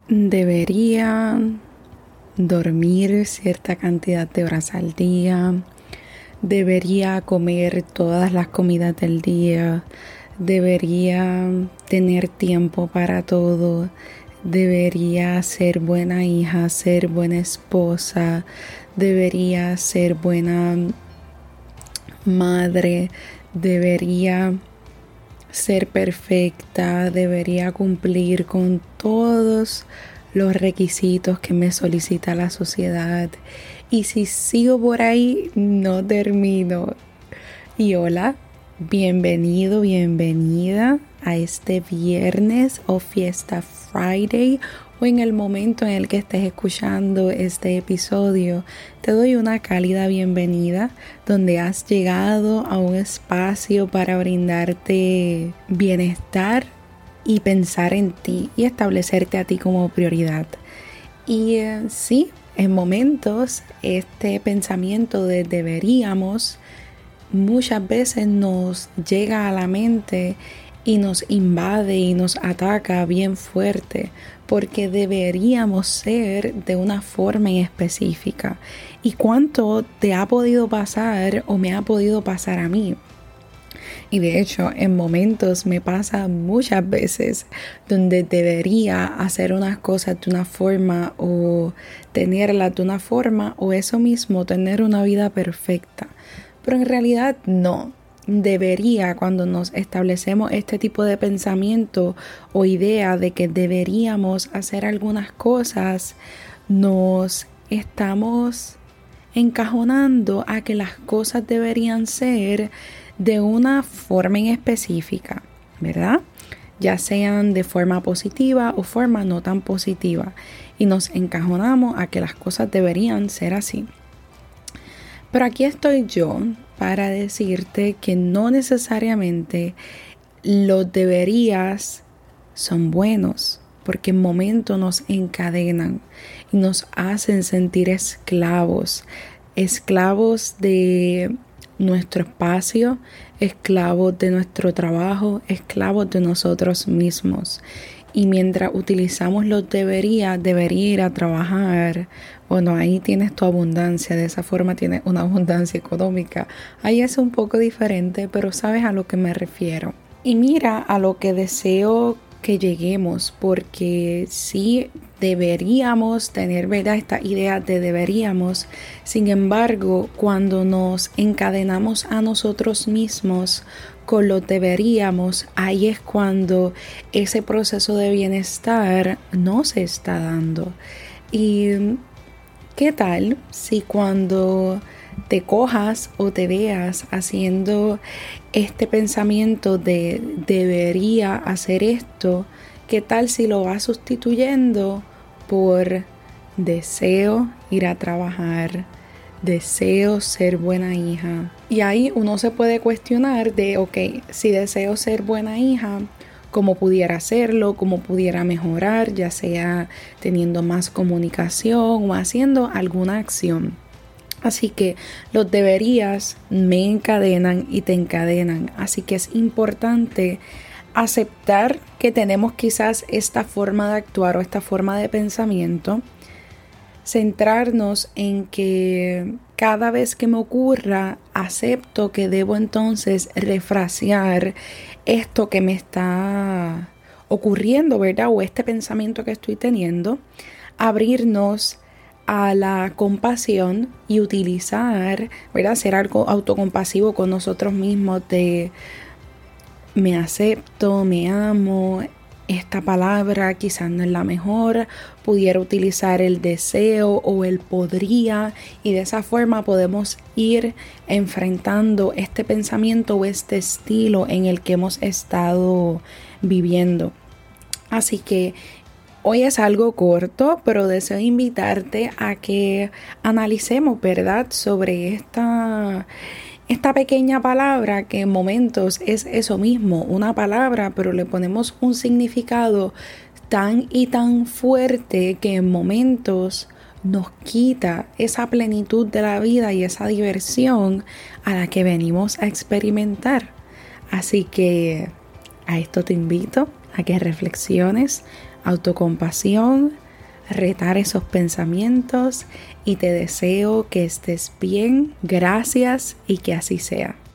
Debería dormir cierta cantidad de horas al día. Debería comer todas las comidas del día. Debería tener tiempo para todo. Debería ser buena hija, ser buena esposa. Debería ser buena madre. Debería ser perfecta, debería cumplir con todos los requisitos que me solicita la sociedad. Y si sigo por ahí, no termino. Y hola, bienvenido, bienvenida a este viernes o fiesta Friday, o en el momento en el que estés escuchando este episodio. Te doy una cálida bienvenida donde has llegado a un espacio para brindarte bienestar y pensar en ti y establecerte a ti como prioridad. Y sí, en momentos este pensamiento de deberíamos muchas veces nos llega a la mente y nos invade y nos ataca bien fuerte, porque deberíamos ser de una forma en específica. ¿Y cuánto te ha podido pasar o me ha podido pasar a mí? Y de hecho, en momentos me pasa muchas veces donde debería hacer unas cosas de una forma o tenerlas de una forma, o eso mismo, tener una vida perfecta. Pero en realidad no. Debería, cuando nos establecemos este tipo de pensamiento o idea de que deberíamos hacer algunas cosas, nos estamos encajonando a que las cosas deberían ser de una forma en específica, ¿verdad? Ya sean de forma positiva o forma no tan positiva, y nos encajonamos a que las cosas deberían ser así. Pero aquí estoy yo para decirte que no necesariamente los deberías son buenos, porque en momentos nos encadenan y nos hacen sentir esclavos de nuestro espacio, esclavos de nuestro trabajo, esclavos de nosotros mismos. Y mientras utilizamos los debería ir a trabajar, bueno, ahí tienes tu abundancia, de esa forma tienes una abundancia económica. Ahí es un poco diferente, pero sabes a lo que me refiero. Y mira a lo que deseo que lleguemos, porque sí deberíamos tener, ¿verdad?, esta idea de deberíamos. Sin embargo, cuando nos encadenamos a nosotros mismos con lo deberíamos, ahí es cuando ese proceso de bienestar no se está dando. Y ¿qué tal si cuando te cojas o te veas haciendo este pensamiento de debería hacer esto, qué tal si lo vas sustituyendo por deseo ir a trabajar, deseo ser buena hija? Y ahí uno se puede cuestionar de, ok, si deseo ser buena hija, cómo pudiera hacerlo, cómo pudiera mejorar, ya sea teniendo más comunicación o haciendo alguna acción. Así que los deberías me encadenan y te encadenan. Así que es importante aceptar que tenemos quizás esta forma de actuar o esta forma de pensamiento. Centrarnos en que cada vez que me ocurra, acepto que debo entonces refrasear esto que me está ocurriendo, ¿verdad? O este pensamiento que estoy teniendo, abrirnos a la compasión y utilizar, ¿verdad?, ser algo autocompasivo con nosotros mismos, de me acepto, me amo. Esta palabra quizás no es la mejor, pudiera utilizar el deseo o el podría, y de esa forma podemos ir enfrentando este pensamiento o este estilo en el que hemos estado viviendo. Así que hoy es algo corto, pero deseo invitarte a que analicemos, ¿verdad?, sobre esta pequeña palabra que en momentos es eso mismo, una palabra, pero le ponemos un significado tan y tan fuerte que en momentos nos quita esa plenitud de la vida y esa diversión a la que venimos a experimentar. Así que a esto te invito, a que reflexiones, autocompasión, retar esos pensamientos y te deseo que estés bien. Gracias y que así sea.